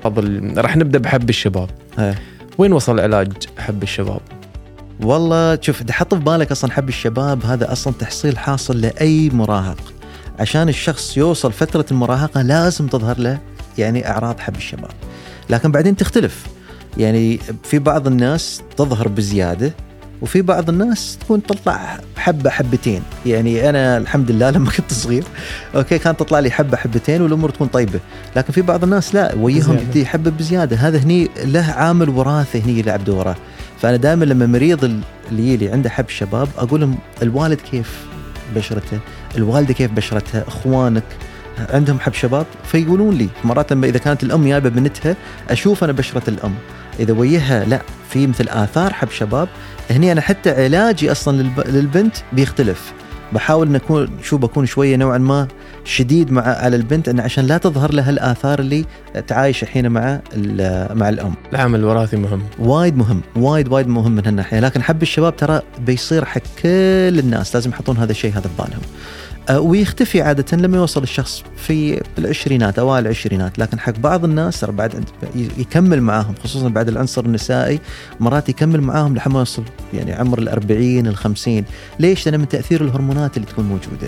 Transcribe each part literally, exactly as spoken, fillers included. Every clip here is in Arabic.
أظل راح نبدأ بحب الشباب. هي. وين وصل علاج حب الشباب؟ والله شوف، حط في بالك أصلا حب الشباب هذا أصلا تحصيل حاصل لأي مراهق. عشان الشخص يوصل فترة المراهقة لازم تظهر له يعني أعراض حب الشباب، لكن بعدين تختلف. يعني في بعض الناس تظهر بزيادة، وفي بعض الناس تكون تطلع حبة حبتين. يعني أنا الحمد لله لما كنت صغير أوكي كانت تطلع لي حبة حبتين والأمور تكون طيبة، لكن في بعض الناس لا، ويهم بدي حبة بزيادة. هذا هني له عامل وراثي هني يلعب دوره. فأنا دائما لما مريض اللي يلي عنده حب شباب أقول لهم الوالد كيف بشرته، الوالدة كيف بشرتها، إخوانك عندهم حب شباب. فيقولون لي مرات لما إذا كانت الأم جايبة بنتها أشوف أنا بشرة الأم، إذا وياها لا في مثل آثار حب شباب، هني أنا حتى علاجي أصلا للب... للبنت بيختلف. بحاول أن أكون شو بكون شوية نوعا ما شديد مع على البنت، أن عشان لا تظهر لها الآثار اللي تعايش الحين مع مع الأم. العامل الوراثي مهم، وايد مهم، وايد وايد مهم من هالناحية. لكن حب الشباب ترى بيصير حق كل الناس، لازم يحطون هذا الشيء هذا ببالهم. ويختفي عادة لما يوصل الشخص في العشرينات أوائل العشرينات، لكن حق بعض الناس بعد يكمل معاهم، خصوصا بعد العنصر النسائي مرات يكمل معاهم لحد ما يوصل يعني عمر الأربعين الخمسين. ليش؟ لأن من تأثير الهرمونات اللي تكون موجودة.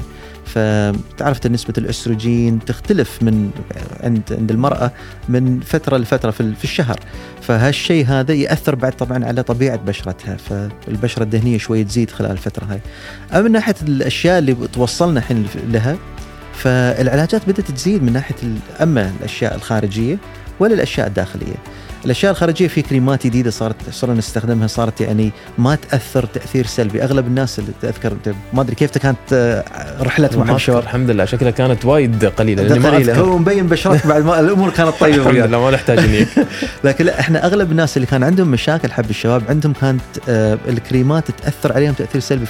فتعرفت نسبة الأستروجين تختلف من عند عند المرأة من فترة لفترة في الشهر، فهالشيء هذا يأثر بعد طبعا على طبيعة بشرتها، فالبشرة الدهنية شوي تزيد خلال الفترة هاي. أما من ناحية الأشياء اللي توصلنا حين لها، فالعلاجات بدأت تزيد من ناحية أما الأشياء الخارجية ولا الأشياء الداخلية. الأشياء الخارجية في كريمات جديدة صارت صرنا نستخدمها، صارت يعني ما تأثر تأثير سلبي. أغلب الناس اللي تذكر ما أدري كيف كانت رحلتهم مع الشباب، الحمد لله شكلها كانت وايد قليلة، لأني قليلة هو مبين بشرتك بعد ما الأمور كانت طيبة. الحمد لله ما نحتاج هنيك. لكن لا، إحنا أغلب الناس اللي كان عندهم مشاكل حب الشباب عندهم كانت آه الكريمات تأثر عليهم تأثير سلبي،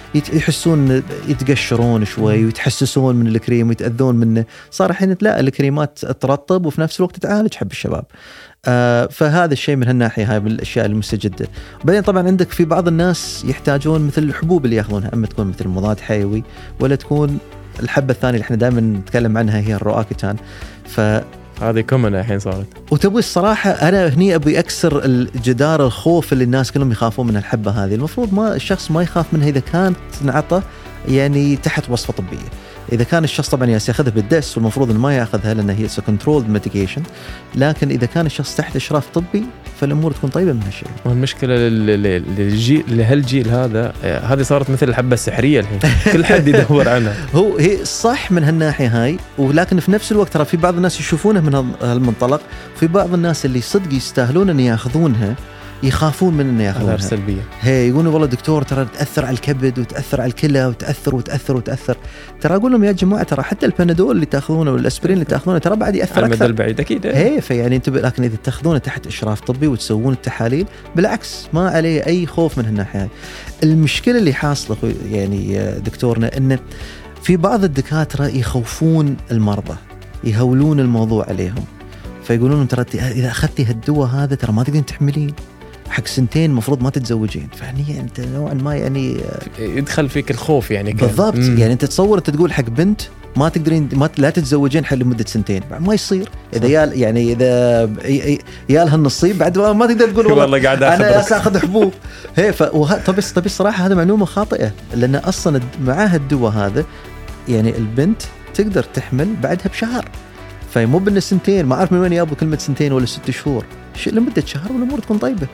فيحسون يتقشرون شوي ويتحسسون من الكريم ويتأذون منه. صار الحين لا، الكريمات ترطب وفي نفس الوقت تعالج حب الشباب. آه فهذا الشيء من هالناحية هاي من الأشياء المستجدة. بعدين طبعا عندك في بعض الناس يحتاجون مثل الحبوب اللي يأخذونها، أما تكون مثل مضاد حيوي ولا تكون الحبة الثانية اللي احنا دائما نتكلم عنها هي الرؤاكتان. ف هذه كومن الحين صارت. وتبوي الصراحة أنا هني أبي أكسر الجدار الخوف اللي الناس كلهم يخافون من الحبة هذه. المفروض ما الشخص ما يخاف منها إذا كانت نعطى يعني تحت وصفة طبية. إذا كان الشخص طبعا يأخذها بالدس والمفروض إنه ما يأخذها لأنها هي controlled medication، لكن إذا كان الشخص تحت إشراف طبي فالأمور تكون طيبة من هالشيء. والمشكلة للجيل لهالجيل هذا هذه صارت مثل الحبة السحرية الحين كل حد يدور عنها. هو هي صح من هالناحية هاي، ولكن في نفس الوقت ترى في بعض الناس يشوفونها من هالمنطلق، في بعض الناس اللي صدق يستاهلون أن يأخذونها يخافون من انه ياخذونها سلبيه. هي يقولون والله دكتور ترى تاثر على الكبد وتاثر على الكلى وتاثر وتاثر وتاثر. ترى اقول لهم يا جماعه ترى حتى البنادول اللي تاخذونه والاسبرين اللي تاخذونه ترى بعد ياثر على المدى اكثر البعيد اكيد. هي فيعني انتم لكن اذا تاخذونه تحت اشراف طبي وتسوون التحاليل بالعكس ما عليه اي خوف من هالناحيه. المشكله اللي حاصله يعني دكتورنا ان في بعض الدكاتره يخوفون المرضى، يهولون الموضوع عليهم، فيقولون لهم ترى اذا اخذتي هالدواء هذا ترى ما تقدرين تحملين حق سنتين المفروض ما تتزوجين. فهني انت نوعا ما يعني يدخل فيك الخوف يعني بالضبط. يعني انت تصور انت تقول حق بنت ما تقدرين ما لا تتزوجين حق لمده سنتين، ما يصير. اذا يال يعني اذا يالها النصيب بعد ما تقدر تقول والله, والله قاعد انا اخذ حبوب. هي ف طب طب الصراحه هذا معلومه خاطئه، لان اصلا معها الدواء هذا يعني البنت تقدر تحمل بعدها بشهر، فمو بين سنتين. ما اعرف من وين يابوا كلمه سنتين ولا ست شهور، لمده شهر والامور تكون طيبه.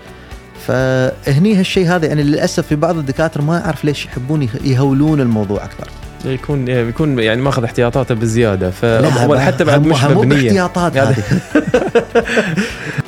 فهني هالشيء هذا يعني للأسف في بعض الدكاترة ما أعرف ليش يحبون يهولون الموضوع أكثر، يكون يكون يعني ماخذ احتياطاته بزيادة، فحتى بعد مش مبنية احتياطات هذه.